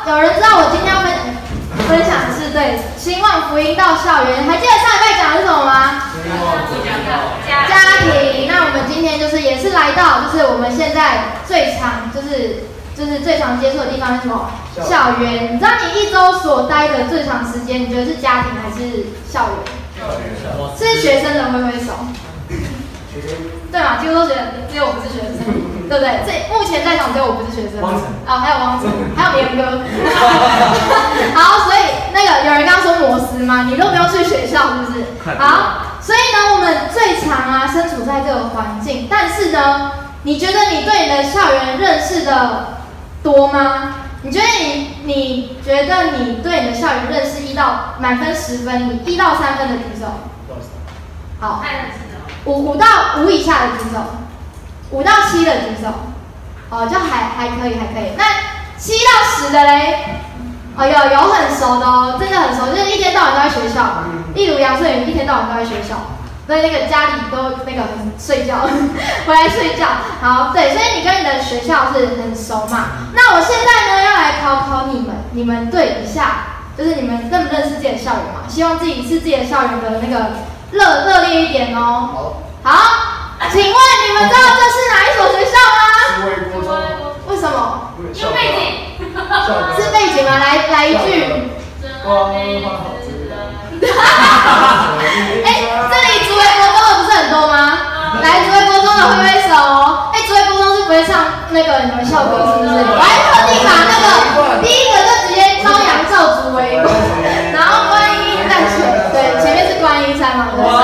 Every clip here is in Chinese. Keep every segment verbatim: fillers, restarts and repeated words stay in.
有人知道我今天要分分享的是对兴旺福音到校园，还记得上礼拜讲的是什么吗？家庭。那我们今天就是也是来到，就是我们现在最常就是就是最常接触的地方是什么？校园。你知道你一周所待的最长时间，你觉得是家庭还是校园？是学生的挥挥手。对嘛，几乎都觉得只有我不是学生，对不对？这目前在场只有我不是学生。哦，还有汪晨，还有绵哥。好，所以那个有人刚刚说摩斯吗？你都不用去学校，是不是？好，所以呢，我们最常啊身处在这个环境，但是呢，你觉得你对你的校园认识的多吗？你觉得你你觉得你对你的校园认识一到满分十分，你一到三分的举手。好。五五到五以下的举手，五到七的举手，哦，就还还可以，还可以。那七到十的嘞，哦，有有很熟的哦，真的很熟，就是一天到晚都在学校，例如杨顺宇一天到晚都在学校，所以那个家里都那个睡觉，回来睡觉。好，对，所以你跟你的学校是很熟嘛？那我现在呢要来考考你们，你们对一下，就是你们认不认识自己的校园嘛？希望自己是自己的校园的那个。热热烈一点哦！好，好，请问你们知道这是哪一所学校吗？为什么？ 因为背景。 是背景吗？来来一句。哎，这里竹围国中的不是很多吗？来，竹围国中的挥挥手哦！哎，竹围国中是不会唱那个你们校歌是不是？我还特地把那个第一个就直接朝阳照竹围，然后观音淡水，对，前面是观音山嘛。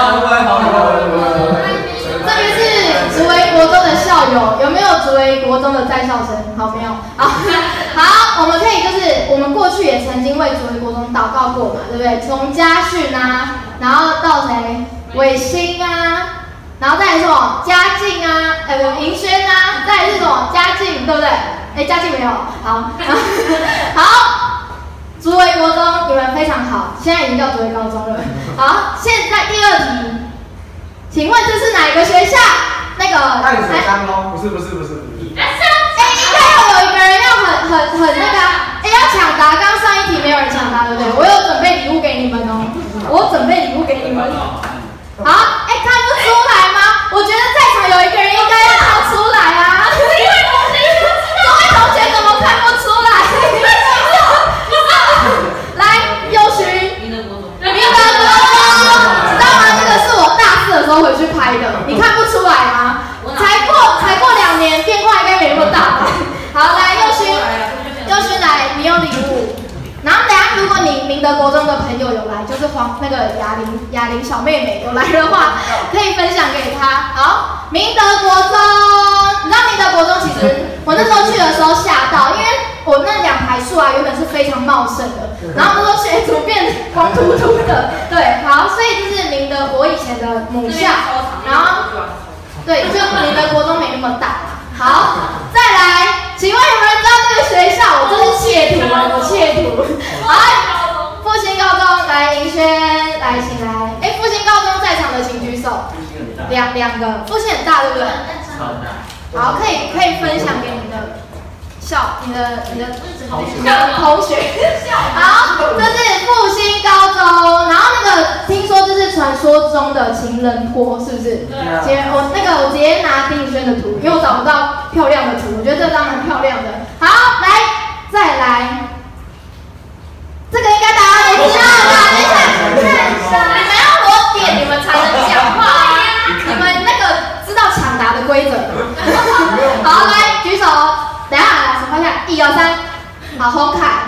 这边是竹围国中的校友，有没有竹围国中的在校生？好，没有。好，好，我们可以就是我们过去也曾经为竹围国中祷告过嘛，对不对？从家训啊，然后到谁？伟星啊，然后再来是什么？嘉靖啊，呃，不，银轩啊，再来是什么？嘉靖，对不对？哎，嘉靖没有。好，好。竹围国中，你们非常好，现在已经叫竹围高中了。好，现在第二题，请问这是哪个学校？那个淡水三公，不是不是不是。 哎，应该要有一个人要很很很那个，哎，要抢答。刚刚上一题没有人抢答，对不对？我有准备礼物给你们哦，我准备礼物给你们。好，哎，看不出来吗？我觉得在场有一个人应该要看出来啊。这位同学，这位同学怎么看不出来？来，右勋，明德国中，明德国中，知道吗？这个是我大四的时候回去拍的，你看不出来吗？才过才过两年，变化应该没那么大。好，来，右勋，右勋来，你有礼物。然后等下，如果你明德国中的朋友有来，就是黄那个雅玲雅玲小妹妹有来的话，可以分享给她。好，明德国中，你知道明德国中其实我那时候去的时候吓到，因为我那两排树啊原本是非常茂盛的，然后那时候去怎么变光秃秃的？对，好，所以这是明德我以前的母校，然后对，就明德国中没那么大。好，再来，请问有没有人知道这个学校？我这是窃图啊，我窃图。好，复兴高中，来，银轩，来，请来。哎，复兴高中在场的请举手。两两个，复兴很大，对不对？ 超大。 好，可以可以分享给你的校，你的你的同学。同学。好，这是复兴高中，然后那个听说这是传说中的情人坡，是不是？对啊。我那个我直接拿丁宇轩的图，因为我找不到漂亮的图，我觉得这张蛮漂亮的。好，来再来，这个应该大家都知道吧？等一下，你们要我点你们才能讲话啊！你们那个知道抢答的规则。好，来举手。等一下，手放下，一二三。好，红凯。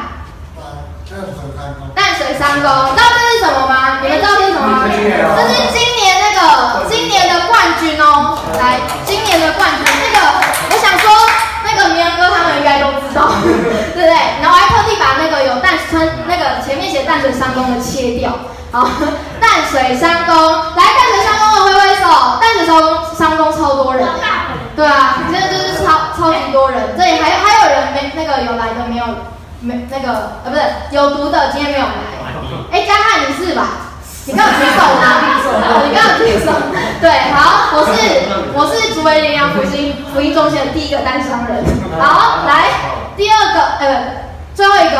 淡水三公，知道这是什么吗？你们知道这是什么吗？这是今年那个今年的冠军哦。来，今年的冠军，那个我想说，那个明阳哥他们应该都知道，对不对？然后我还特地把那个有淡川那个前面写淡水三公的切掉。好，淡水三公，来淡水三公的挥挥手，淡水三公三公超多人，对啊，真的就是超超级多人。这里还还有人没那个有来的没有？没那个呃不是有毒的今天没有来，哎嘉汉你是吧？你刚有举手吗？你刚有举手。对，好，我是我是竹围联阳福音福音中心的第一个单商人。好，来第二个呃最后一个，哎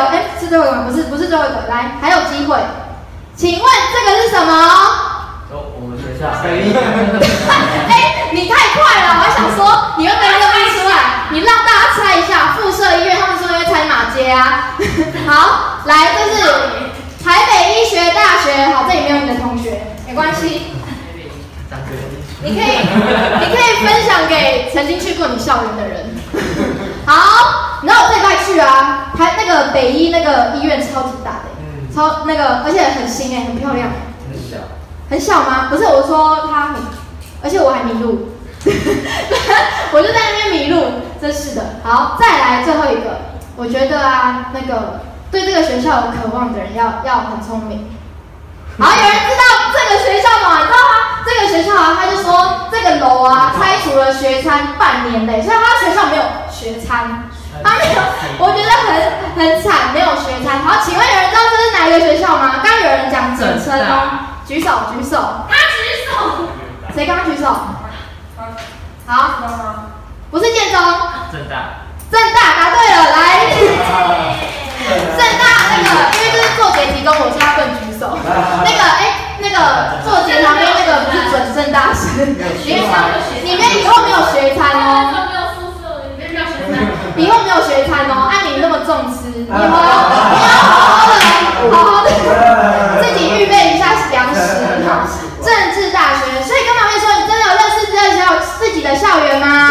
是最后一个吗？不是，不是最后一个。来，还有机会。请问这个是什么？ 哦，我们学校。 哎，你太快了！我还想说，你又没认不出来，你让大家猜一下。附设医院，他们说因为猜马街啊。好，来，这是台北医学大学。好，这里没有你的同学，没关系。你可以，你可以分享给曾经去过你校园的人。好，然后我这礼拜去啊，台那个北医那个医院超级大的、欸，嗯、超那个而且很新哎、欸，很漂亮。 很小。很小吗？不是，我说它很，而且我还迷路，我就在那边迷路，真是的。好，再来最后一个，我觉得啊，那个对这个学校有渴望的人要要很聪明。好，有人知道这个学校吗？你知道吗？这个学校啊，他就说这个楼啊，拆除了学餐半年嘞，所以他学校没有学餐，他没有，我觉得很很惨，没有学餐。好，请问有人知道这是哪一个学校吗？刚刚有人讲简称哦，举手举手。 他举手。 谁刚举手？好，不是建中。 政大。 政大答对了，来。政大那个，因为这是做节题跟我，所以他不能举手。那个，哎、欸，那个做节旁边那个不是准政大生，里面里面以后没有学餐哦。以后没有学餐哦，按你那么重吃，以后要你要好好的，好好的自己预备一下粮食。好，政治大学，所以跟旁边说，你真的有认识自己校自己的校园吗？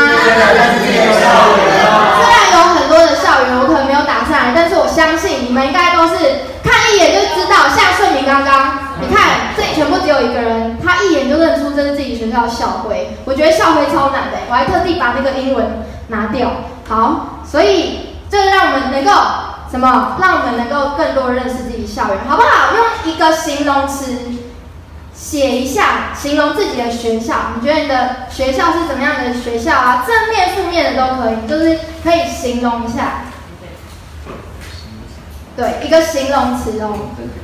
虽然有很多的校园，我可能没有打上来，但是我相信你们应该都是看一眼就知道。像顺明刚刚，你看这里全部只有一个人，他一眼就认出这是自己学校的校徽。我觉得校徽超难的，我还特地把那个英文拿掉。好，所以这让我们能够什么？让我们能够更多认识自己校园，好不好？用一个形容词写一下，形容自己的学校。你觉得你的学校是怎么样的学校啊？正面、负面的都可以，就是可以形容一下。对，一个形容词哦。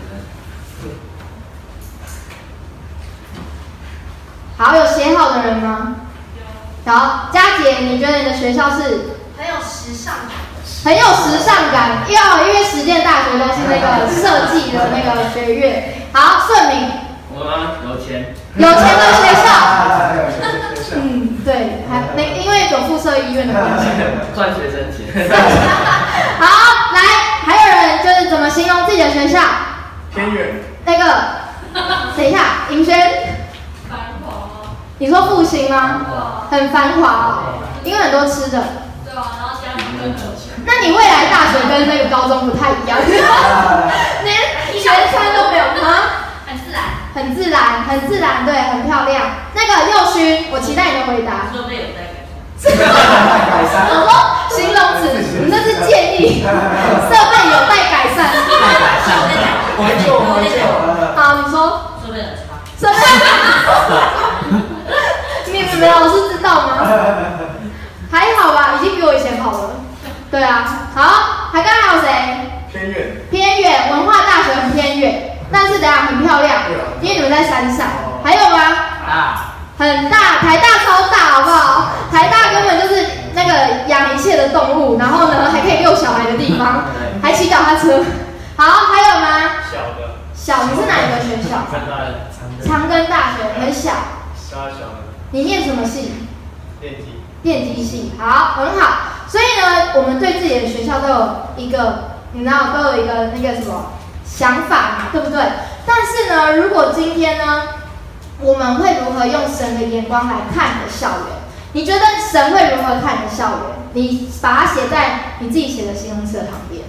好，有写好的人吗？好，佳姐，你觉得你的学校是？ 很有时尚感， 很有时尚感，要因为实践大学都是那个设计的那个学院。好，顺明， 我吗？有钱， 有钱的学校，嗯，对，还那因为有附设医院的关系， 赚学生钱。 好，来，还有人就是怎么形容自己的学校？ 偏远。 那个，等一下，尹轩， 繁华。 你说复兴吗？很繁华哦，因为很多吃的。 对啊，然后家里更有钱。 那你未来大学跟那个高中不太一样，连学餐都没有吗？ 很自然， 很自然，很自然，对，很漂亮。那个佑勋，我期待你的回答。 设备有在改善。 我说形容词，你那是建议，设备有待改善。 改善， 怀旧，怀旧。 好，你说。 设备很差。 设备。你们的老师知道吗？还好吧，已经比我以前好了。对啊，好，还刚还有谁？ 偏远。偏远，文化大学很偏远，但是等下很漂亮，因为你们在山上。还有吗？ 大。 很大，台大超大，好不好？台大根本就是那个养一切的动物，然后呢还可以遛小孩的地方，还骑脚踏车。好，还有吗？ 小的。 小，你是哪一个学校？长庚大学，很小。 小小的。 你念什么系？ 电机。 电机系，好，很好。所以呢，我们对自己的学校都有一个，你知道，都有一个那个什么想法嘛，对不对？但是呢，如果今天呢，我们会如何用神的眼光来看你的校园？你觉得神会如何看你的校园？你把它写在你自己写的形容词的旁边。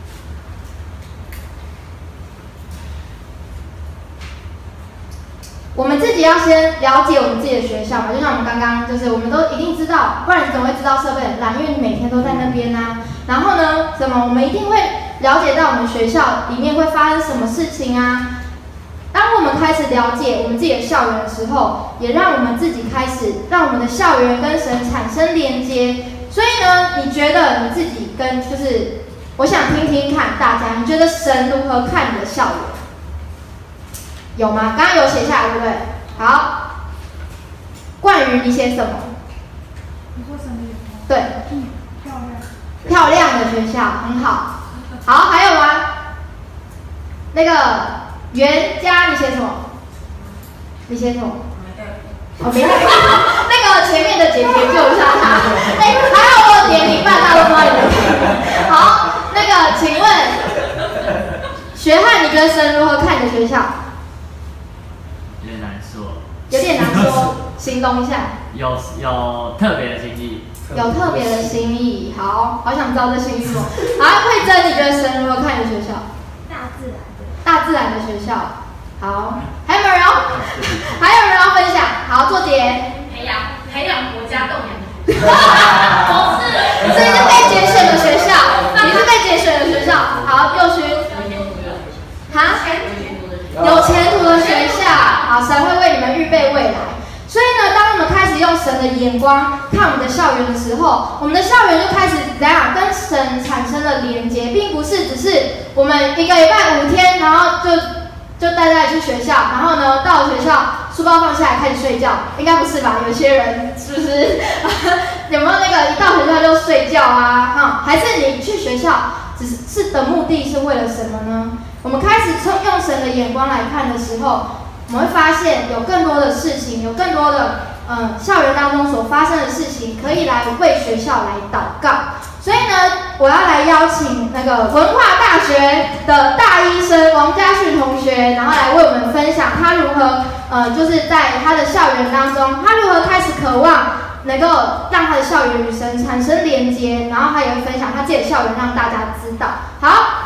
我们自己要先了解我们自己的学校嘛，就像我们刚刚就是，我们都一定知道，不然你怎么会知道设备很烂？因为你每天都在那边啊。然后呢，什么？我们一定会了解到我们学校里面会发生什么事情啊。当我们开始了解我们自己的校园的时候，也让我们自己开始让我们的校园跟神产生连接。所以呢，你觉得你自己跟就是，我想听听看大家，你觉得神如何看你的校园？有吗？刚刚有写下来，对不对？好，冠宇，你写什么？ 你说什么？ 对， 嗯，漂亮。 漂亮的学校，很好。好，还有吗？ 那个袁家，你写什么？你写什么？哦，没带。那个前面的姐姐救一下他。哎，还好我点名，大家都知道你们。好，那个，请问学汉，你觉得神如何看你的学校？ 有点难说。 有点难说，形容一下。 有有特别的心意。 有特别的心意，好，好想知道这心意是什么。好，慧珍，你觉得神如何看你的学校？ 大自然的。 大自然的学校。好，还有没有人要？还有人要分享？好，做结。 培养培养国家栋梁。 不是，这是被拣选的学校，你是被拣选的学校。好，佑勋。哈？有前途的学校。好，神会为你们预备未来。所以呢，当我们开始用神的眼光看我们的校园的时候，我们的校园就开始怎样跟神产生了连结，并不是只是我们一个礼拜五天，然后就就带大家去学校，然后呢到了学校书包放下来开始睡觉，应该不是吧？有些人是不是有没有那个一到学校就睡觉啊？哈，还是你去学校只是是的目的是为了什么呢？我们开始从用神的眼光来看的时候，我们会发现有更多的事情，有更多的嗯校园当中所发生的事情，可以来为学校来祷告。所以呢，我要来邀请那个文化大学的大一生王家训同学，然后来为我们分享他如何呃就是在他的校园当中，他如何开始渴望能够让他的校园与神产生连接，然后他也会分享他自己的校园让大家知道。好。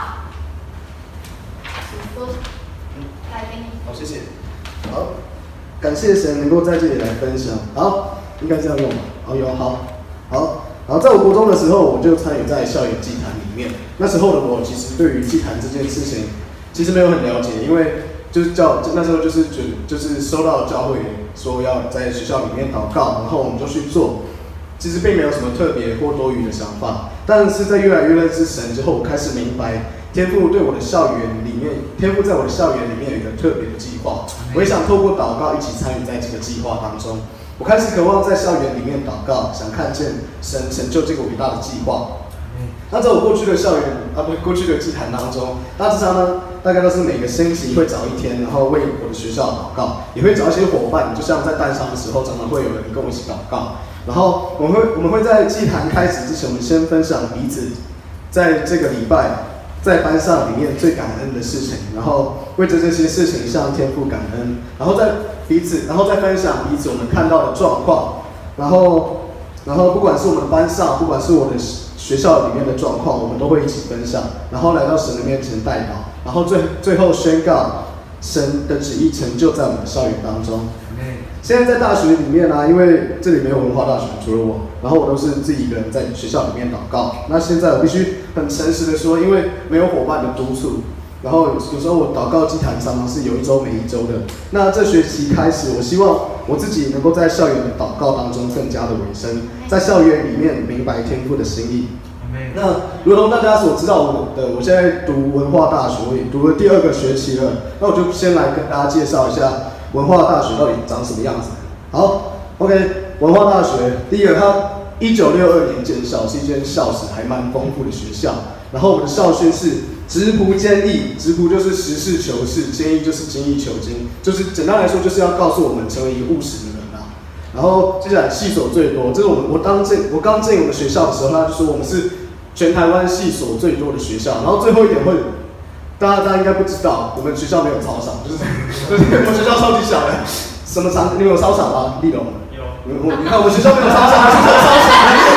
好，谢谢。好，感谢神能够在这里来分享。好，应该这样用吧？好，有好，好。然后在我国中的时候，我就参与在校园祭坛里面。那时候的我，其实对于祭坛这件事情，其实没有很了解，因为就是教那时候就是准就是收到教会说要在学校里面祷告，然后我们就去做。其实并没有什么特别或多余的想法，但是在越来越认识神之后，我开始明白天父对我的校园里面，天父在我的校园里面有一个特别的计划。我也想透过祷告一起参与在这个计划当中。我开始渴望在校园里面祷告，想看见神成就这个伟大的计划。那在我过去的校园啊，不，过去的祭坛当中，大致上呢，大概都是每个星期会找一天，然后为我的学校祷告，也会找一些伙伴，就像在诞商的时候，常常会有人跟我一起祷告。然后我们会我们会在祭坛开始之前，我们先分享彼此在这个礼拜在班上里面最感恩的事情，然后为着这些事情向天父感恩，然后再彼此，然后再分享彼此我们看到的状况，然后然后不管是我们班上，不管是我的学校里面的状况，我们都会一起分享，然后来到神的面前代祷，然后最最后宣告神的旨意成就在我们的校园当中。现在在大学里面呢、啊，因为这里没有文化大学，除了我，然后我都是自己一个人在学校里面祷告。那现在我必须很诚实的说，因为没有伙伴的督促，然后有时候我祷告祭坛常常是有一周没一周的。那这学期开始，我希望我自己能够在校园的祷告当中更加的委身，在校园里面明白天父的心意。那如同大家所知道我的，我现在读文化大学，我也读了第二个学期了。那我就先来跟大家介绍一下文化大学到底长什么样子。好 ，OK， 文化大学第一个，它一九六二年建校，是一间校史还蛮丰富的学校。然后我们的校训是直朴坚毅，直朴就是实事求是，坚毅就是精益求精，就是简单来说就是要告诉我们成为一个务实的人啊。然后接下来系所最多，这是我们我当进我刚进我们学校的时候，他就说我们是全台湾系所最多的学校。然后最后一点会，大家大家应该不知道，我们学校没有操场，就是就是我们学校超级小的。什么场？你们有操场吗？立龙有。我你看我们学校没有操场，是有操场。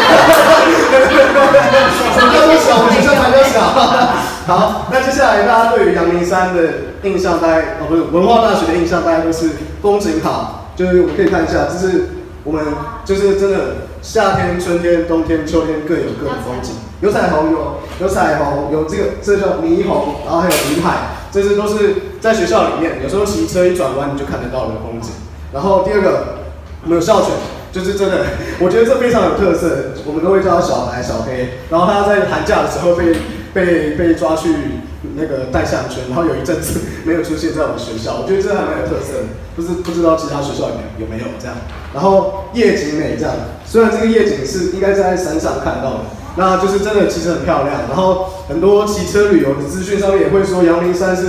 什么叫做小？我们学校才叫小。好，那接下来大家对于阳明山的印象，大概哦不是文化大学的印象，大概都是风景好。就是我们可以看一下，这是我们就是真的夏天、春天、冬天、秋天各有各的风景。有彩虹，有有彩虹，有这个这叫霓虹，然后还有云海，这些都是在学校里面，有时候骑车一转弯你就看得到的风景。然后第二个，我们有校犬，就是真的，我觉得这非常有特色，我们都会叫他小白、小黑。然后他在寒假的时候被被被抓去那个戴项圈，然后有一阵子没有出现在我们学校，我觉得这还蛮有特色的，不是不知道其他学校有没有有没有这样。然后夜景美这样，虽然这个夜景是应该在山上看到的，那就是真的其实很漂亮。然后很多骑车旅游的资讯上面也会说，阳明山是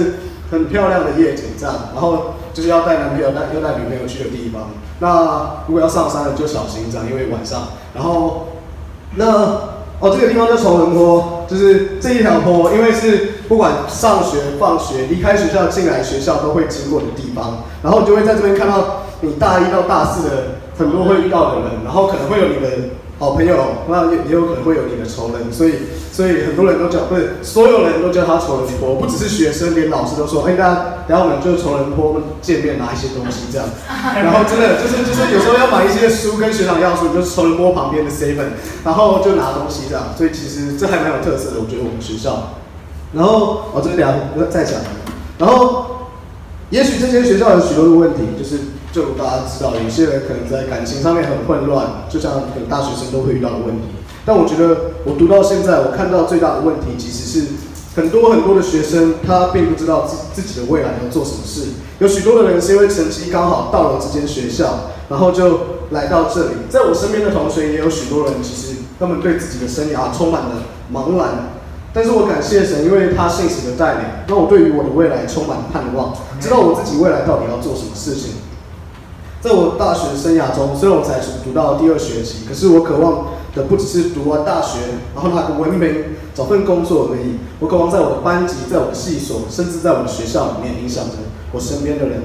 很漂亮的夜景这样，然后就是要带男朋友带要带女朋友去的地方。那如果要上山了就小心这样，因为晚上。然后那哦这个地方叫崇仁坡，就是这一条坡，因为是不管上学、放学、离开学校进来学校都会经过的地方，然后你就会在这边看到你大一到大四的很多会遇到的人，然后可能会有你的好朋友，那也也有可能会有你的仇人，所以所以很多人都叫，不是所有人都叫他仇人坡，不只是学生，连老师都说，哎、欸，大家等下我们就仇人坡见面拿一些东西这样，然后真的就是就是有时候要买一些书跟学长要书，就是仇人坡旁边的 seven， 然后就拿东西这样，所以其实这还蛮有特色的，我觉得我们学校。然后哦，这两再讲，然后也许这间学校有许多的问题，就是就如大家知道，有些人可能在感情上面很混乱，就像可能大学生都会遇到的问题。但我觉得我读到现在，我看到最大的问题其实是很多很多的学生他并不知道自自己的未来要做什么事。有许多的人是因为成绩刚好到了这间学校，然后就来到这里。在我身边的同学也有许多人，其实他们对自己的生涯充满了茫然。但是我感谢神，因为他信使的带领，让我对于我的未来充满盼望，知道我自己未来到底要做什么事情。在我大学生涯中，虽然我才读到第二学期，可是我渴望的不只是读完大学，然后拿个文凭，找份工作而已。我渴望在我的班级，在我的系所，甚至在我的学校里面，影响着我身边的人。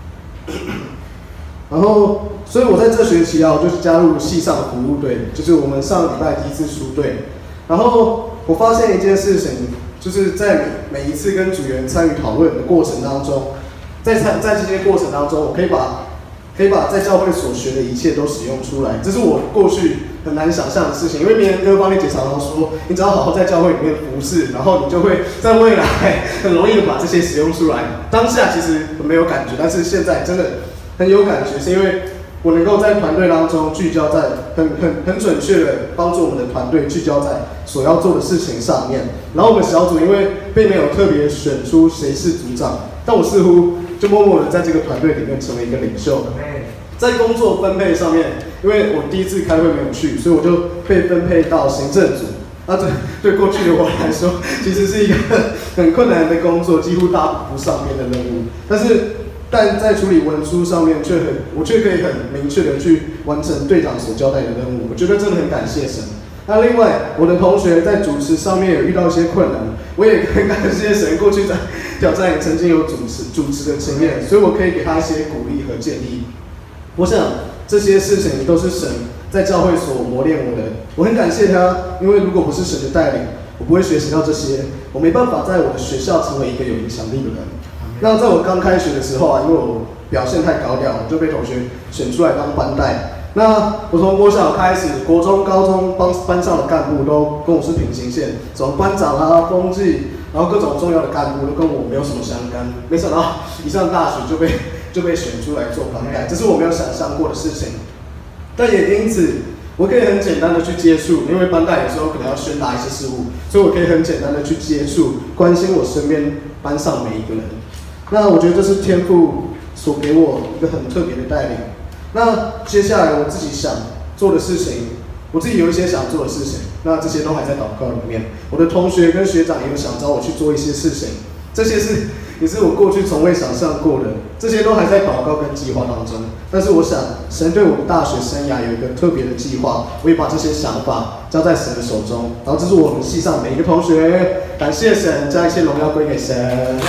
然后，所以我在这学期啊，我就是加入系上的服务队，就是我们上个礼拜第一次书队。然后我发现一件事情，就是在每一次跟组员参与讨论的过程当中，在参在这些过程当中，我可以把可以把在教会所学的一切都使用出来，这是我过去很难想象的事情。因为明仁哥帮你姐常常说，你只要好好在教会里面服侍，然后你就会在未来很容易的把这些使用出来。当下其实很没有感觉，但是现在真的很有感觉，是因为我能够在团队当中聚焦在很很很准确的帮助我们的团队聚焦在所要做的事情上面。然后我们小组因为并没有特别选出谁是组长，但我似乎就默默的在这个团队里面成为一个领袖。在工作分配上面，因为我第一次开会没有去，所以我就被分配到行政组。那这对过去的我来说，其实是一个很困难的工作，几乎搭不上面的任务。但是但在处理文书上面却很，我却可以很明确的去完成队长所交代的任务，我觉得真的很感谢神。那另外，我的同学在主持上面有遇到一些困难，我也很感谢神，过去在挑战也曾经有主持主持的经验，所以我可以给他一些鼓励和建议。我想这些事情都是神在教会所磨练我的，我很感谢他，因为如果不是神的带领，我不会学习到这些，我没办法在我的学校成为一个有影响力的人。那在我刚开学的时候啊，因为我表现太高调，我就被同学选出来当班带。那我从国小开始，国中、高中班班上的干部都跟我是平行线，什么班长啊、风纪，然后各种重要的干部都跟我没有什么相干。没想到一上大学就被就被选出来做班带，这是我没有想象过的事情。但也因此，我可以很简单的去接触，因为班带有时候可能要宣达一些事物，所以我可以很简单的去接触，关心我身边班上每一个人。那我觉得这是天父所给我一个很特别的带领。那接下来我自己想做的事情，我自己有一些想做的事情，那这些都还在祷告里面。我的同学跟学长也有想找我去做一些事情，这些是也是我过去从未想象过的，这些都还在祷告跟计划当中。但是我想，神对我的大学生涯有一个特别的计划，我也把这些想法交在神的手中。然后这是我们系上每一个同学，感谢神，将一切荣耀归给神。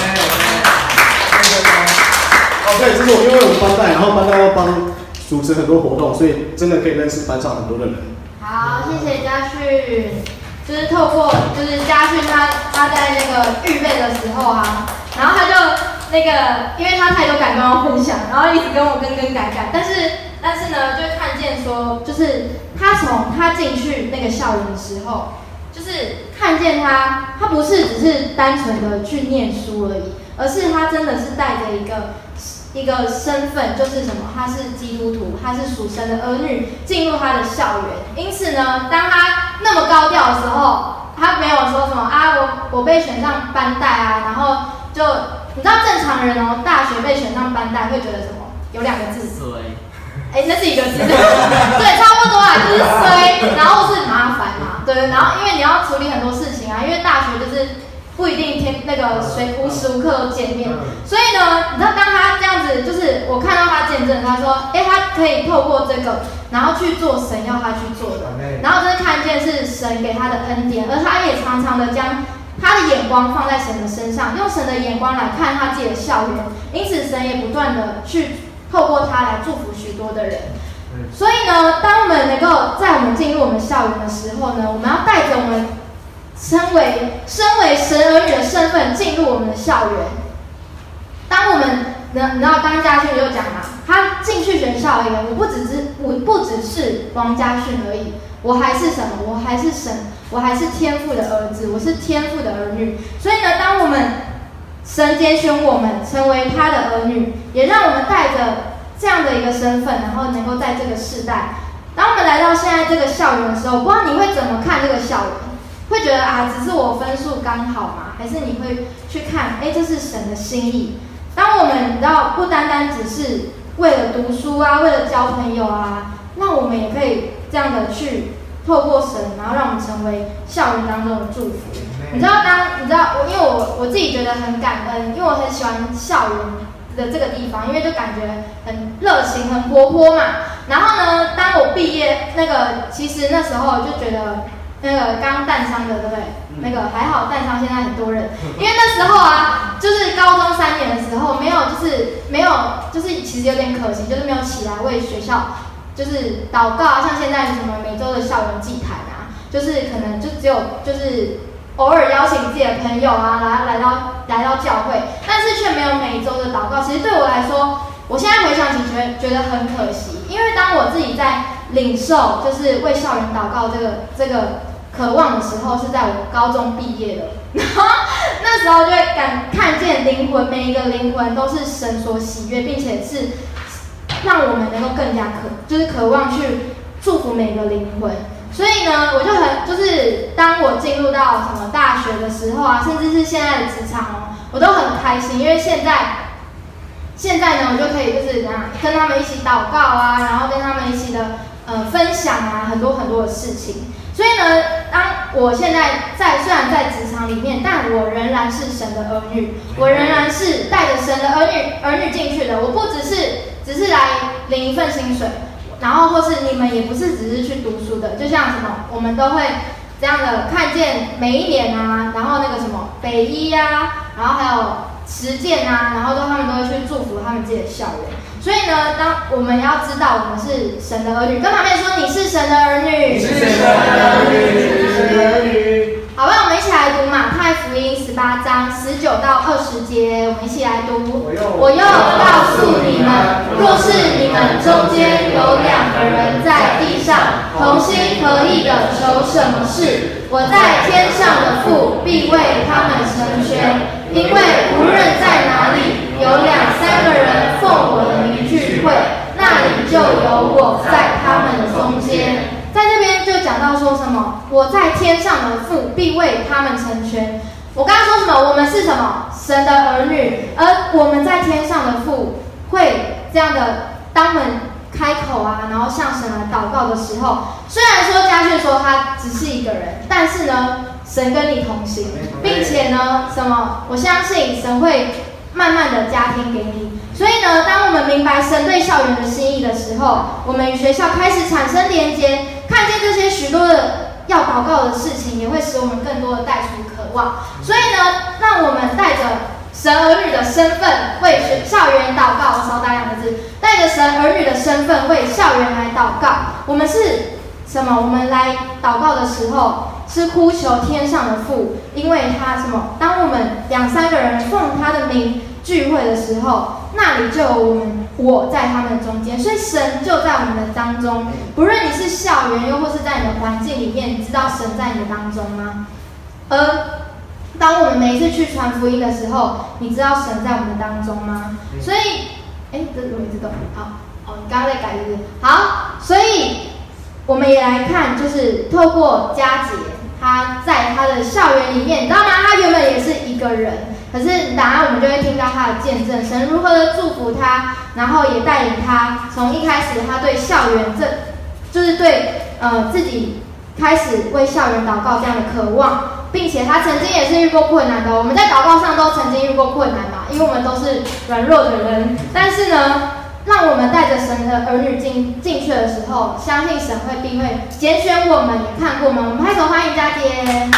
哦，对，这是我因为我们班带，然后班带要帮主持很多活动，所以真的可以认识班上很多的人。 好，谢谢嘉训，就是透过就是嘉训他他在那个预备的时候啊，然后他就那个，因为他太多感动要分享，然后一直跟我更更改改，但是但是呢，就看见说，就是他从他进去那个校园的时候，就是看见他，他不是只是单纯的去念书而已，而是他真的是带着一个。一个身份就是什么？他是基督徒，他是属神的儿女，进入他的校园。因此呢，当他那么高调的时候，他没有说什么啊，我我被选上班带啊，然后就你知道正常人哦，大学被选上班带会觉得什么？有两个字，衰。哎，那是一个字，对，差不多啊，就是衰，然后是麻烦嘛，对，然后因为你要处理很多事情啊，因为大学就是不一定天那个随无时无刻都见面。所以呢，你知道当他这样子，就是我看到他见证，他说，哎，他可以透过这个，然后去做神要他去做的，然后就是看见是神给他的恩典，而他也常常的将他的眼光放在神的身上，用神的眼光来看他自己的校园，因此神也不断的去透过他来祝福许多的人。所以呢，当我们能够在我们进入我们校园的时候呢，我们要带着我们身为身为神儿女的身份进入我们的校园。当我们你知道刚家训就讲嘛，他进去选校园，我不只是我不只是王家训而已，我还是什么？我还是神，我还是天父的儿子，我是天父的儿女。所以呢，当我们神拣选我们成为他的儿女，也让我们带着这样的一个身份，然后能够在这个世代，当我们来到现在这个校园的时候，不知道你会怎么看这个校园？会觉得啊，只是我分数刚好嘛？还是你会去看，哎，这是神的心意？当我们你知道，不单单只是为了读书啊，为了交朋友啊，那我们也可以这样的去透过神，然后让我们成为校园当中的祝福。你知道当，你知道我，因为我我自己觉得很感恩，因为我很喜欢校园的这个地方，因为就感觉很热情、很活泼嘛。然后呢，当我毕业，那个其实那时候就觉得，那个刚淡商的，对不对？嗯、那个还好，淡商现在很多人，因为那时候啊，就是高中三年的时候，没有就是没有，就是其实有点可惜，就是没有起来为学校就是祷告啊，像现在什么每周的校园祭坛啊，就是可能就只有就是偶尔邀请自己的朋友啊，来来到来到教会，但是却没有每周的祷告。其实对我来说，我现在回想起觉得觉得很可惜，因为当我自己在领受就是为校园祷告这个这个渴望的时候，是在我高中毕业的，然后那时候就会感看见灵魂，每一个灵魂都是神所喜悦，并且是让我们能够更加渴，就是渴望去祝福每个灵魂。所以呢，我就很就是当我进入到什么大学的时候啊，甚至是现在的职场哦，我都很开心，因为现在现在呢，我就可以就是怎样跟他们一起祷告啊，然后跟他们一起的呃分享啊，很多很多的事情。所以呢，当我现在在虽然在职场里面，但我仍然是神的儿女，我仍然是带着神的儿女儿女进去的。我不只是只是来领一份薪水，然后或是你们也不是只是去读书的，就像什么，我们都会这样的看见每一年啊，然后那个什么北一啊，然后还有实践啊，然后都他们都会去祝福他们自己的校园。所以呢，当我们要知道我们是神的儿女，跟旁边说你是神的儿女， 是神的儿女，是神的儿女。 好吧，我们一起来读马太福音十八章十九到二十节，我们一起来读。我又告诉你们，若是你们中间有两个人在地上同心合意的求什么事，我在天上的父必为他们成全。因为无论在哪里有两三个人奉我的名聚会，那里就有我在他们的中间。在这边就讲到说什么？我在天上的父必为他们成全。我刚刚说什么？我们是什么？神的儿女，而我们在天上的父会这样的，当我们开口啊，然后向神来祷告的时候，虽然说嘉俊说他只是一个人，但是呢，神跟你同行，并且呢，什么？我相信神会慢慢的加添给你。所以呢，当我们明白神对校园的心意的时候，我们与学校开始产生连结，看见这些许多的要祷告的事情，也会使我们更多的带出渴望。所以呢，让我们带着神儿女的身份为学校园祷告，我少打两个字，带着神儿女的身份为校园来祷告。我们是什么？我们来祷告的时候，是呼求天上的父，因为他什么？当我们两三个人奉他的名聚会的时候，那里就有我们我在他们中间，所以神就在我们的当中。不论你是校园，又或是在你的环境里面，你知道神在你的当中吗？而当我们每一次去传福音的时候，你知道神在我们的当中吗？所以，哎，这我没知道。好，哦，你刚刚在改是不是？好，所以我们也来看，就是透过佳姐，她在她的校园里面，你知道吗？她原本也是一个人。可是，等下我们就会听到他的见证，神如何的祝福他，然后也带领他从一开始，他对校园这，就是对呃自己开始为校园祷告这样的渴望， 并且他曾经也是遇过困难的。我们在祷告上都曾经遇过困难嘛，因为我们都是软弱的人。但是呢，让我们带着神的儿女进进去的时候，相信神会必会拣选我们，也看过我们。我们拍手欢迎佳姐。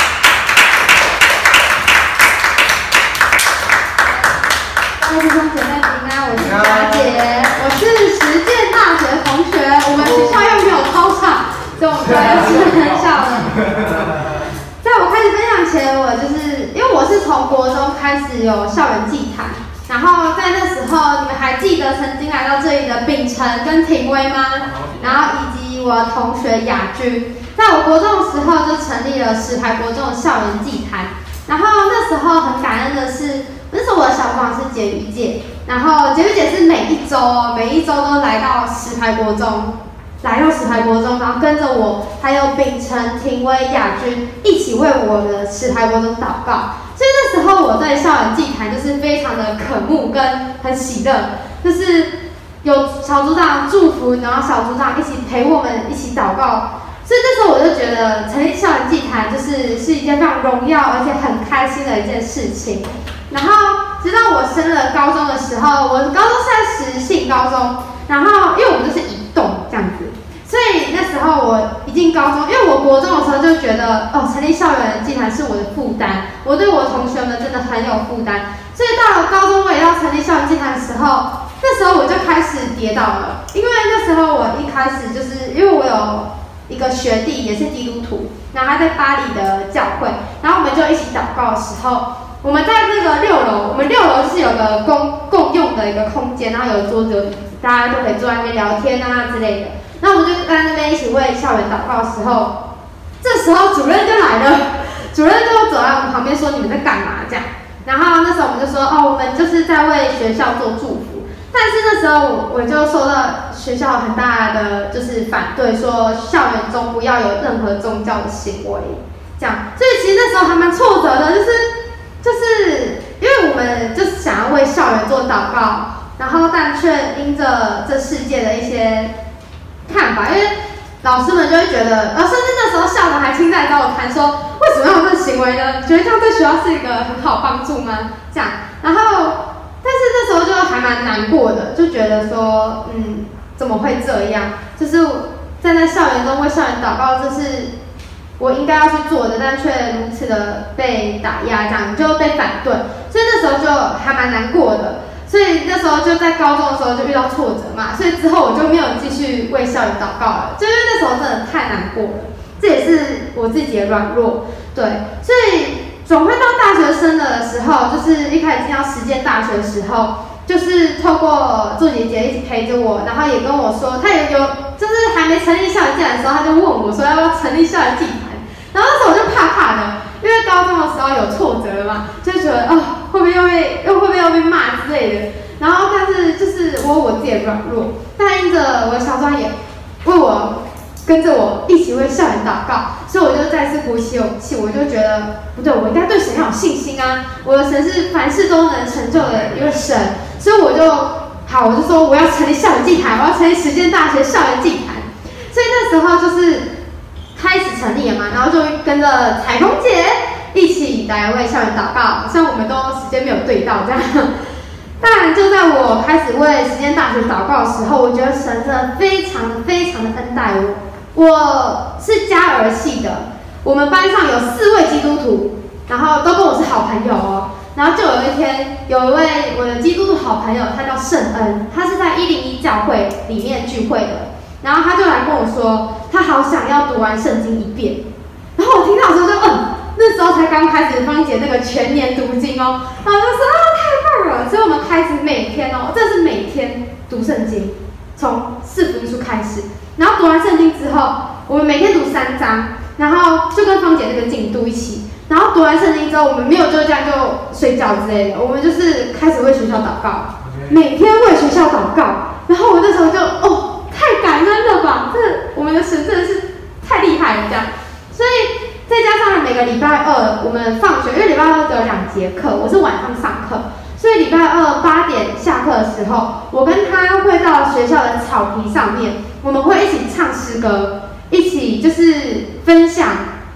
各位弟兄姐妹平安，我是佳姐，我是实践大学的同学。我们学校又没有操场，所以我们要是很校的。在我开始分享前，我就是因为我是从国中开始有校园祭坛，然后在那时候，你们还记得曾经来到这里的秉承跟廷威吗？然后以及我同学雅君，在我国中的时候就成立了石牌国中的校园祭坛。然后那时候很感恩的是，那时候我的小组是婕妤姐，然后婕妤姐是每一周每一周都来到石牌国中。来到石牌国中，然后跟着我，还有秉承、廷威、雅君一起为我的石牌国中祷告。所以那时候我对校园祭坛就是非常的渴慕跟很喜乐，就是有小组长祝福，然后小组长一起陪我们一起祷告。所以那时候我就觉得成立校园祭坛就是是一件非常荣耀而且很开心的一件事情。然后直到我升了高中的时候，我高中是在实信高中，然后因为我们就是移动这样子。所以那时候我一进高中，因为我国中的时候就觉得，哦，成立校园祭坛是我的负担，我对我同学们真的很有负担。所以到了高中我也要成立校园祭坛的时候，那时候我就开始跌倒了，因为那时候我一开始就是因为我有一个学弟也是基督徒，然后他在巴黎的教会，然后我们就一起祷告的时候，我们在那个六楼，我们六楼是有个公共用的一个空间，然后有桌子有椅子，大家都可以坐在那边聊天啊之类的。然后我们就在那边一起为校园祷告的时候，这时候主任就来了，主任就走在我们旁边说：“你们在干嘛？”这样。然后那时候我们就说：“哦，我们就是在为学校做祝福。”但是那时候我我就受到学校很大的就是反对，说校园中不要有任何宗教的行为，这样。所以其实那时候还蛮挫折的，就是就是因为我们就是想要为校园做祷告，然后但却因着这世界的一些看法，因为老师们就会觉得，呃，甚至那时候校长还亲自来找我谈说，为什么要有这个行为呢？觉得这样对学校是一个很好帮助吗？这样，然后，但是那时候就还蛮难过的，就觉得说，嗯，怎么会这样？就是站在校园中为校园祷告，这是我应该要去做的，但却如此的被打压，这样就被反对，所以那时候就还蛮难过的。所以那时候就在高中的时候就遇到挫折嘛，所以之后我就没有继续为校园祷告了，就因为那时候真的太难过了，这也是我自己的软弱，对，所以转换到大学生的时候，就是一开始进到实践大学的时候，就是透过祝姐姐一起陪着我，然后也跟我说，她也有就是还没成立校园祭坛的时候，她就问我说要不要成立校园祭坛，然后那时候我就怕怕的，因为高中的时候有挫折嘛，就觉得哦。会不会又被又会不会又被骂之类的？然后，但是就是我我自己的软弱，但因着我的小专也为我跟着我一起为校园祷告，所以我就再次鼓起勇气，我就觉得不对，我应该对神要有信心啊！我的神是凡事都能成就的一位神，所以我就好，我就说我要成立校园祭坛，我要成立实践大学校园祭坛。所以那时候就是开始成立了嘛，然后就跟着彩虹姐一起来为校园祷告，虽然我们都时间没有对到这样，但就在我开始为实践大学祷告的时候，我觉得神真的非常非常的恩待我。我是嘉儿系的，我们班上有四位基督徒，然后都跟我是好朋友哦。然后就有一天，有一位我的基督徒好朋友，他叫圣恩，他是在一零一教会里面聚会的，然后他就来跟我说，他好想要读完圣经一遍。然后我听到的时候就嗯。那时候才刚开始芳姐那个全年读经哦，然后就说啊太棒了，所以我们开始每天哦，这是每天读圣经，从四福音书开始，然后读完圣经之后，我们每天读三章，然后就跟芳姐那个进度一起，然后读完圣经之后，我们没有就这样就睡觉之类的，我们就是开始为学校祷告，每天为学校祷告，然后我那时候就哦太感恩了吧，这我们的神真的是太厉害了这样，所以。再加上每个礼拜二我们放学，因为礼拜二只有两节课，我是晚上上课，所以礼拜二八点下课的时候，我跟他会到学校的草皮上面，我们会一起唱诗歌，一起就是分享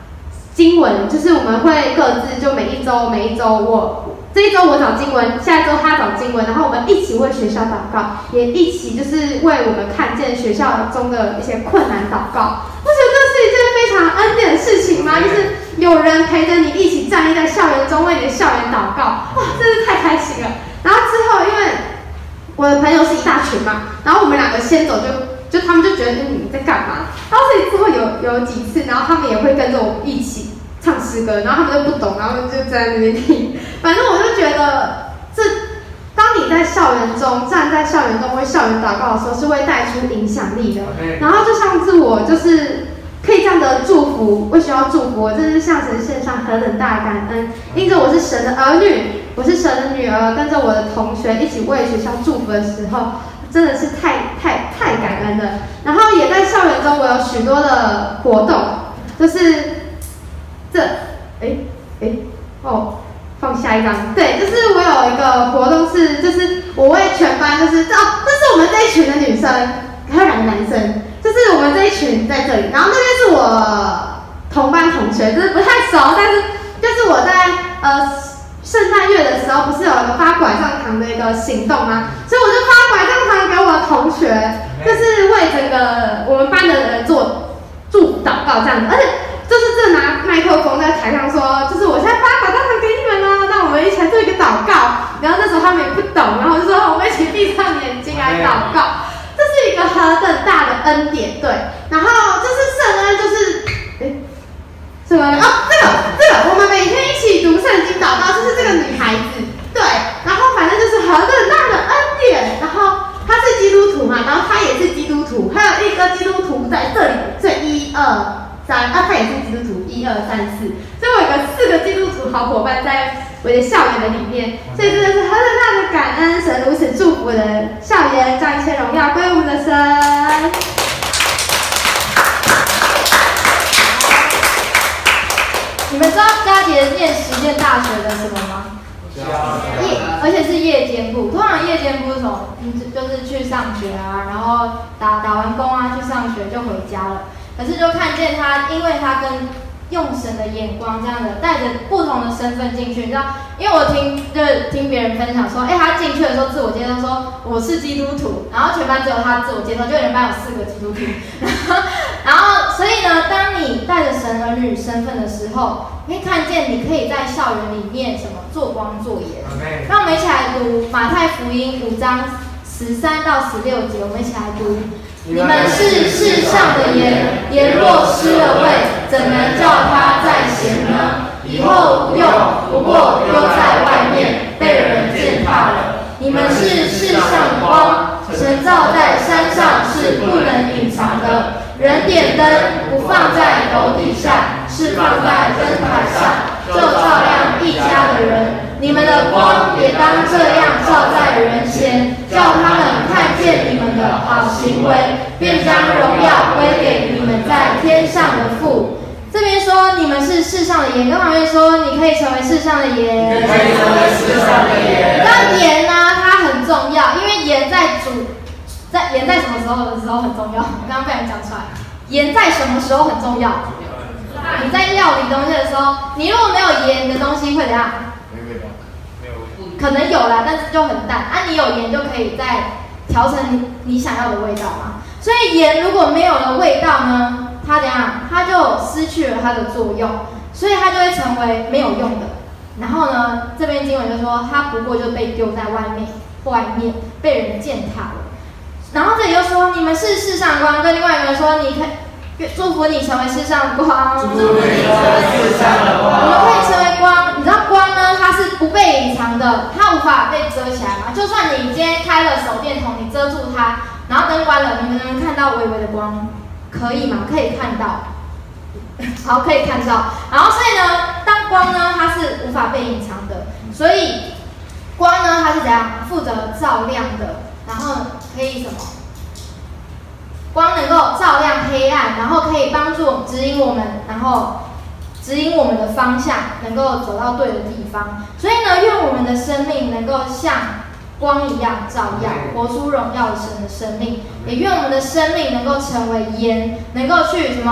经文，就是我们会各自就每一周每一周我这一周我找经文，下一周他找经文，然后我们一起为学校祷告，也一起就是为我们看见学校中的一些困难祷告。不觉得这是一件非常恩典的事情吗？就是有人陪着你一起站立在校园中为你的校园祷告，哇，真是太开心了。然后之后因为我的朋友是一大群嘛，然后我们两个先走就就他们就觉得嗯你在干嘛？然后所以之后有有几次，然后他们也会跟着我一起唱诗歌，然后他们就不懂，然后就在那边听。反正我就觉得这，当你在校园中站在校园中为校园祷告的时候，是会带出影响力的。然后就像是我就是可以这样的祝福，为学校祝福，我真是向神献上何等大的感恩。因着我是神的儿女，我是神的女儿，跟着我的同学一起为学校祝福的时候，真的是太太太感恩了。然后也在校园中，我有许多的活动，就是这，哎哎哦。放下一张，对，就是我有一个活动是，就是我为全班，就是这哦，这是我们这一群的女生，还有两个男生，就是我们这一群在这里，然后那边是我同班同学，就是不太熟，但是就是我在呃圣诞月的时候，不是有一个发拐杖糖的一个行动吗？所以我就发拐杖糖给我的同学，就是为整个我们班的人做祝祷告这样子，而且。就是这拿麦克风在台上说，就是我现在发拐杖糖给你们了，让我们一起来做一个祷告。然后那时候他们也不懂，然后就说我们一起闭上眼睛来祷告。这是一个何等大的恩典，对。然后就是圣恩，就是哎，什么？哦，这个这个，我们每天一起读圣经祷告，就是这个女孩子，对。然后反正就是何等大的恩典。然后她是基督徒嘛，然后她也是基督徒，还有一个基督徒在这里，这一二。三啊，他也是基督徒，一二三四，所以我有个四个基督徒好伙伴在我的校园的里面，所以真的是何等大的感恩，神如此祝福我的校园，将一切荣耀归我们的神。你们知道佳杰念实践大学的什么吗？夜，而且是夜间部。通常夜间部是什么？嗯，就是去上学啊，然后打打完工啊，去上学就回家了。可是就看见他，因为他跟用神的眼光这样的带着不同的身份进去，你知道？因为我听就是听别人分享说，哎、欸，他进去的时候自我介绍说我是基督徒，然后全班只有他自我介绍，就原班有四个基督徒，然后然后所以呢，当你带着神儿女身份的时候，你会看见你可以在校园里面什么做光做盐。让我们一起来读马太福音五章十三到十六节，我们一起来读。你们是世上的盐，盐若失了味，怎能叫它再咸呢？以后无用，不过丢在外面，被人践踏了。你们是世上的光，神照在山上是不能隐藏的。人点灯不放在斗底下，是放在灯台上，就照亮一家的人。你们的光也当这样照在人前，叫他们看见你们的好行为，便将荣耀归给你们在天上的父。这边说你们是世上的盐，跟旁边说你可以成为世上的盐。你可以成为世上的盐。你知道盐呢，它很重要，因为盐在煮，在盐在什么时候的时候很重要？我刚刚被人讲出来，盐在什么时候很重要？你在料理东西的时候，你如果没有盐，你的东西会怎样？可能有啦，但是就很淡啊。你有盐就可以再调成你你想要的味道嘛。所以盐如果没有了味道呢，它怎样？它就失去了它的作用，所以它就会成为没有用的。然后呢，这边经文就说，它不过就被丢在外面，外面被人践踏了。然后这里又说，你们是世上光，跟另外一个人说，你可以祝福你成为世上的光，祝福你成为世上的光。我们可以成为光，你知道光呢，它是不被隐藏的，它无法被遮起来嘛。就算你今天开了手电筒，你遮住它，然后灯关了，你们能不能看到微微的光？可以吗？可以看到。好，可以看到。然后所以呢，当光呢，它是无法被隐藏的，所以光呢，它是怎样负责照亮的，然后可以什么？光能够照亮黑暗，然后可以帮助指引我们，然后指引我们的方向，能够走到对的地方。所以呢，愿我们的生命能够像光一样照耀，活出荣耀神的生命。也愿我们的生命能够成为盐，能够去什么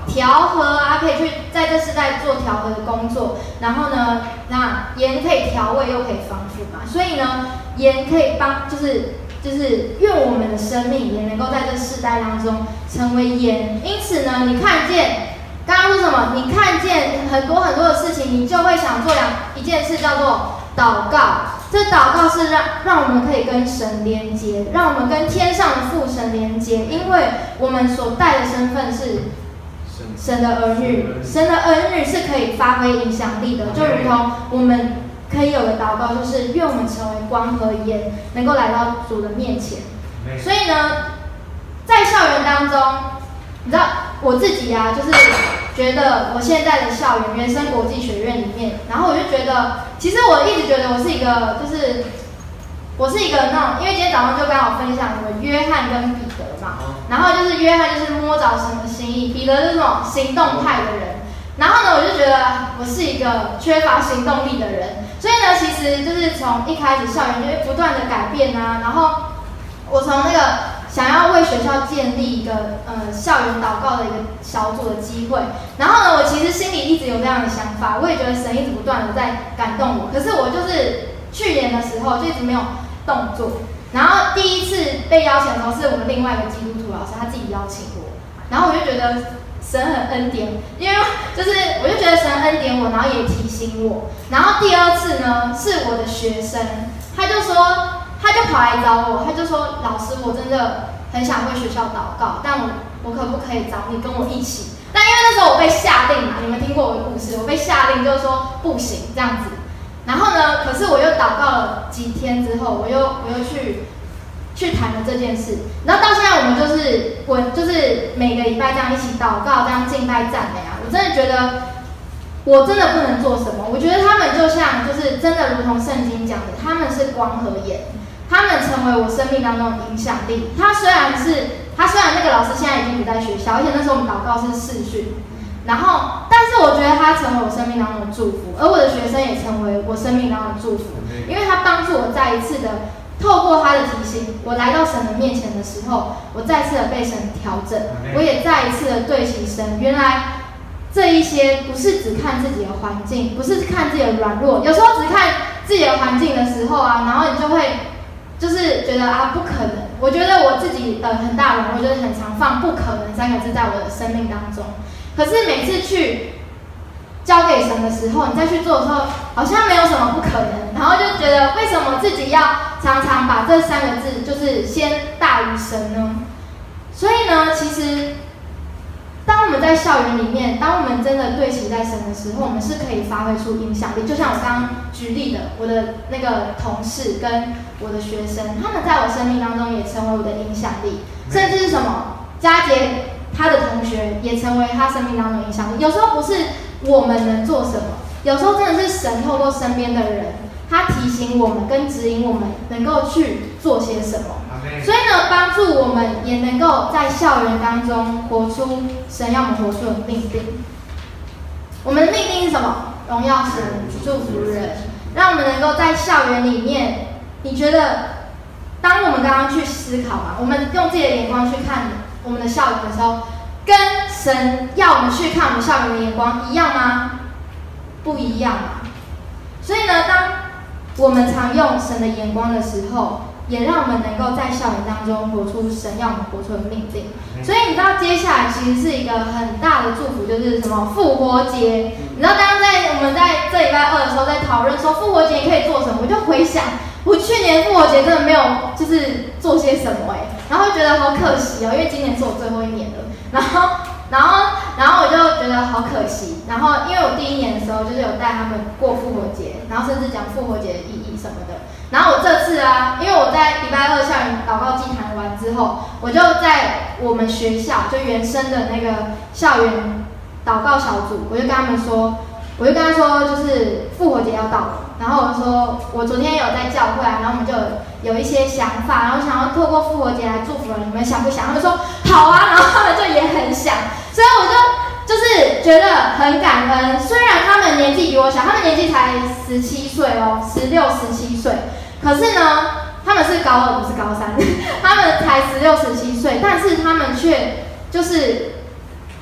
调和啊，可以去在这世代做调和的工作。然后呢，那盐可以调味又可以丰富嘛，所以呢，盐可以帮就是就是愿我们的生命也能够在这世代当中成为盐。因此呢，你看见。刚刚说什么？你看见很多很多的事情，你就会想做两一件事，叫做祷告。这祷告是让让我们可以跟神连接，让我们跟天上的父神连接，因为我们所带的身份是神的儿女，神的儿女是可以发挥影响力的，就如同我们可以有的祷告，就是愿我们成为光和盐，能够来到主的面前。所以呢，在校园当中，你知道我自己啊，就是觉得我现在的校园原生国际学院里面，然后我就觉得，其实我一直觉得我是一个，就是我是一个那种，因为今天早上就刚好分享了约翰跟彼得嘛，然后就是约翰就是摸着神的心意，彼得就是那种行动派的人，然后呢，我就觉得我是一个缺乏行动力的人，所以呢，其实就是从一开始校园就会不断的改变啊，然后我从那个。想要为学校建立一个呃校园祷告的一个小组的机会，然后呢，我其实心里一直有这样的想法，我也觉得神一直不断的在感动我，可是我就是去年的时候就一直没有动作，然后第一次被邀请的时候是我们另外一个基督徒老师他自己邀请我，然后我就觉得神很恩典，因为就是我就觉得神恩典我，然后也提醒我，然后第二次呢是我的学生，他就说。他就跑来找我，他就说：“老师，我真的很想为学校祷告，但我我可不可以找你跟我一起？”但因为那时候我被下令嘛，你们听过我的故事，我被下令就是说不行这样子。然后呢，可是我又祷告了几天之后，我又我又去去谈了这件事。然后到现在我们就是我就是每个礼拜这样一起祷告，这样敬拜赞美啊，我真的觉得。我真的不能做什么，我觉得他们就像，就是真的如同圣经讲的，他们是光和盐，他们成为我生命当中的影响力。他虽然是，他虽然那个老师现在已经不在学校，而且那时候我们祷告是视讯，然后，但是我觉得他成为我生命当中的祝福，而我的学生也成为我生命当中的祝福，因为他帮助我再一次的透过他的提醒，我来到神的面前的时候，我再次的被神调整，我也再一次的对齐神，原来。这一些不是只看自己的环境，不是看自己的软弱，有时候只看自己的环境的时候啊，然后你就会就是觉得啊不可能。我觉得我自己的很大的软弱就是很常放不可能三个字在我的生命当中，可是每次去交给神的时候，你再去做的时候，好像没有什么不可能，然后就觉得为什么自己要常常把这三个字就是先大于神呢？所以呢，其实。当我们在校园里面，当我们真的对齐在神的时候，我们是可以发挥出影响力。就像我刚刚举例的，我的那个同事跟我的学生，他们在我生命当中也成为我的影响力，甚至是什么，佳杰他的同学也成为他生命当中的影响力。有时候不是我们能做什么，有时候真的是神透过身边的人，他提醒我们跟指引我们能够去做些什么。所以呢，帮助我们也能够在校园当中活出神要我们活出的命定。我们的命定是什么？荣耀神，祝福人，让我们能够在校园里面。你觉得，当我们刚刚去思考嘛，我们用自己的眼光去看我们的校园的时候，跟神要我们去看我们校园的眼光一样吗？不一样嘛。所以呢，当我们常用神的眼光的时候。也让我们能够在校园当中活出神要我们活出的命定。所以你知道接下来其实是一个很大的祝福，就是什么复活节。你知道当在我们在这礼拜二的时候在讨论说复活节你可以做什么，我就回想我去年复活节真的没有就是做些什么哎、欸，然后觉得好可惜哦，因为今年是我最后一年了，然后然后然后我就觉得好可惜。然后因为我第一年的时候就是有带他们过复活节，然后甚至讲复活节的意义什么的。然后我这次啊，因为我在礼拜二校园祷告祭谈完之后，我就在我们学校就原生的那个校园祷告小组，我就跟他们说，我就跟他说，就是复活节要到了，然后我说我昨天有在教会啊，然后我们就有一些想法，然后想要透过复活节来祝福人，你们想不想？他们说好啊，然后他们就也很想，所以我就就是觉得很感恩。虽然他们年纪比我小，他们年纪才十七岁哦，十六、十七岁。可是呢，他们是高二不是高三，他们才十六、十七岁，但是他们却就是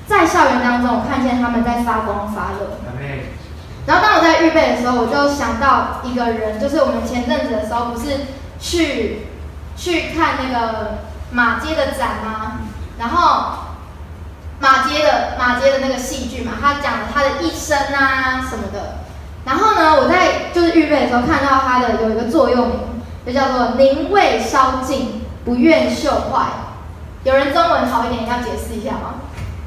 在校园当中，我看见他们在发光发热。然后当我在预备的时候，我就想到一个人，就是我们前阵子的时候，不是去去看那个马街的展吗？然后马街的马街的那个戏剧嘛，他讲了他的一生啊什么的。然后呢，我在就是预备的时候看到他的有一个座右铭，就叫做“宁为烧尽，不愿锈坏”。有人中文好一点，要解释一下吗？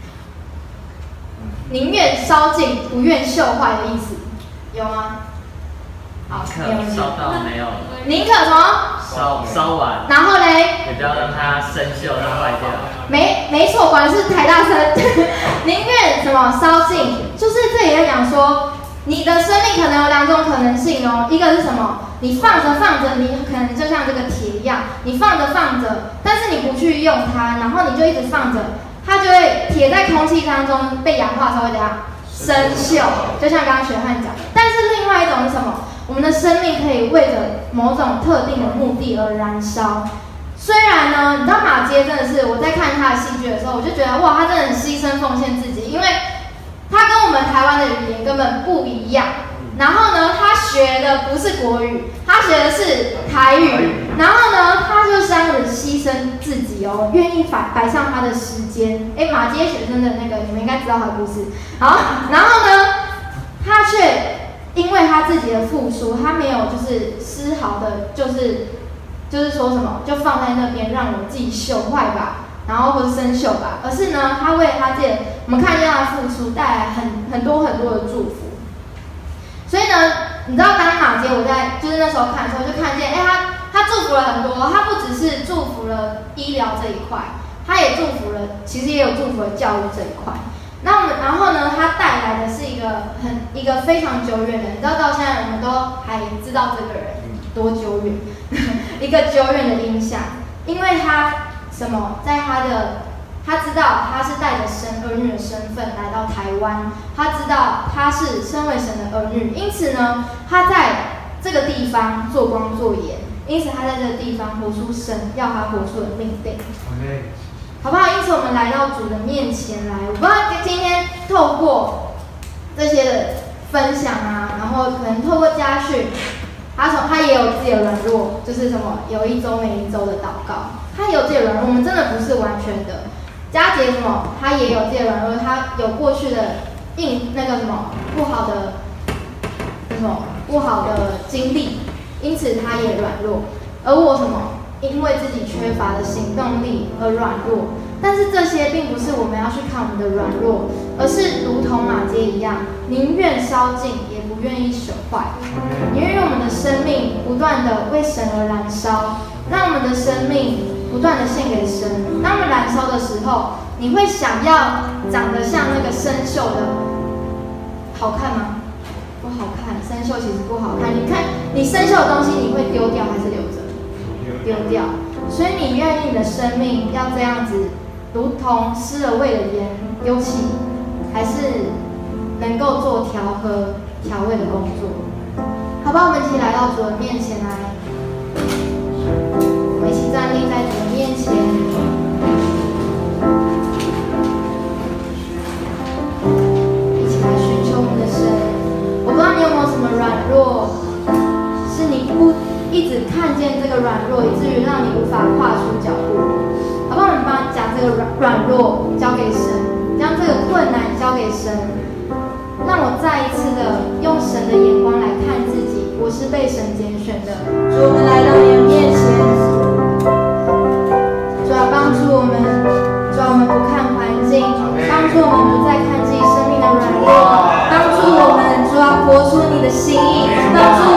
宁愿烧尽，不愿锈坏的意思，有吗？好，没有。 烧到没有了。 宁可什么？ 烧烧完。 然后嘞？ 也不要让它生锈，让坏掉。 没没错，果然是台大生。宁愿什么烧尽？就是这里在讲说，你的生命可能有两种可能性哦。一个是什么？你放着放着，你可能就像这个铁一样，你放着放着，但是你不去用它，然后你就一直放着。它就会铁在空气当中被氧化，才会怎样生锈，就像刚刚学汉讲的。但是另外一种是什么？我们的生命可以为着某种特定的目的而燃烧。虽然呢，你知道马街真的是我在看他的戏剧的时候，我就觉得哇，他真的很牺牲奉献自己，因为他跟我们台湾的语言根本不一样。然后呢，他学的不是国语，他学的是台语。然后呢，他就这样子牺牲自己哦，愿意摆摆上他的时间。哎，马街学生的那个，你们应该知道他的故事。好，然后呢，他却因为他自己的付出，他没有就是丝毫的，就是就是说什么，就放在那边让我自己朽坏吧，然后或者生锈吧，而是呢，他为他自己，我们看见他的付出带来很很多很多的祝福。所以呢，你知道当马街我在就是那时候看的时候，就看见，哎，他他祝福了很多，他不只是祝福了医疗这一块，他也祝福了，其实也有祝福了教育这一块。那我们然后呢，他带来的是一个很一个非常久远的，你知道到现在我们都还知道这个人多久远，一个久远的影响，因为他什么，在他的。他知道他是带着神儿女的身份来到台湾，他知道他是身为神的儿女，因此呢，他在这个地方做光做盐，因此他在这个地方活出神要他活出的命定， Okay. 好不好？因此我们来到主的面前来，我不知道今天透过这些的分享啊，然后可能透过家训，他从他也有自己的软弱，就是什么有一周没一周的祷告，他有自己的软弱，我们真的不是完全的。佳杰什么，他也有自己的软弱，他有过去的硬那个什么不好的什么不好的经历，因此他也软弱。而我什么，因为自己缺乏的行动力而软弱。但是这些并不是我们要去看我们的软弱，而是如同马街一样，宁愿烧尽，也不愿意朽坏。宁愿用我们的生命不断的为神而燃烧，让我们的生命不断的献给神。当我们燃烧的时候，你会想要长得像那个生锈的，好看吗？不好看，生锈其实不好看。你看，你生锈的东西，你会丢掉还是留着？丢掉。所以你愿意你的生命要这样子，如同失了味的盐丢弃，还是能够做调和调味的工作？好吧，我们一起来到主的面前来。我们一起站立在主的面前，一起来寻求我们的神。我不知道你有没有什么软弱，是你不一直看见这个软弱，以至于让你无法跨出脚步。好不好？我们帮将这个软软弱交给神，将这个困难交给神，让我再一次的用神的眼光来看自己，我是被神拣选的。主，我们来到你的面前。主要帮助我们，主要我们不看环境，帮助我们不再看自己生命的软弱，帮助我们，主要活出你的心意，帮助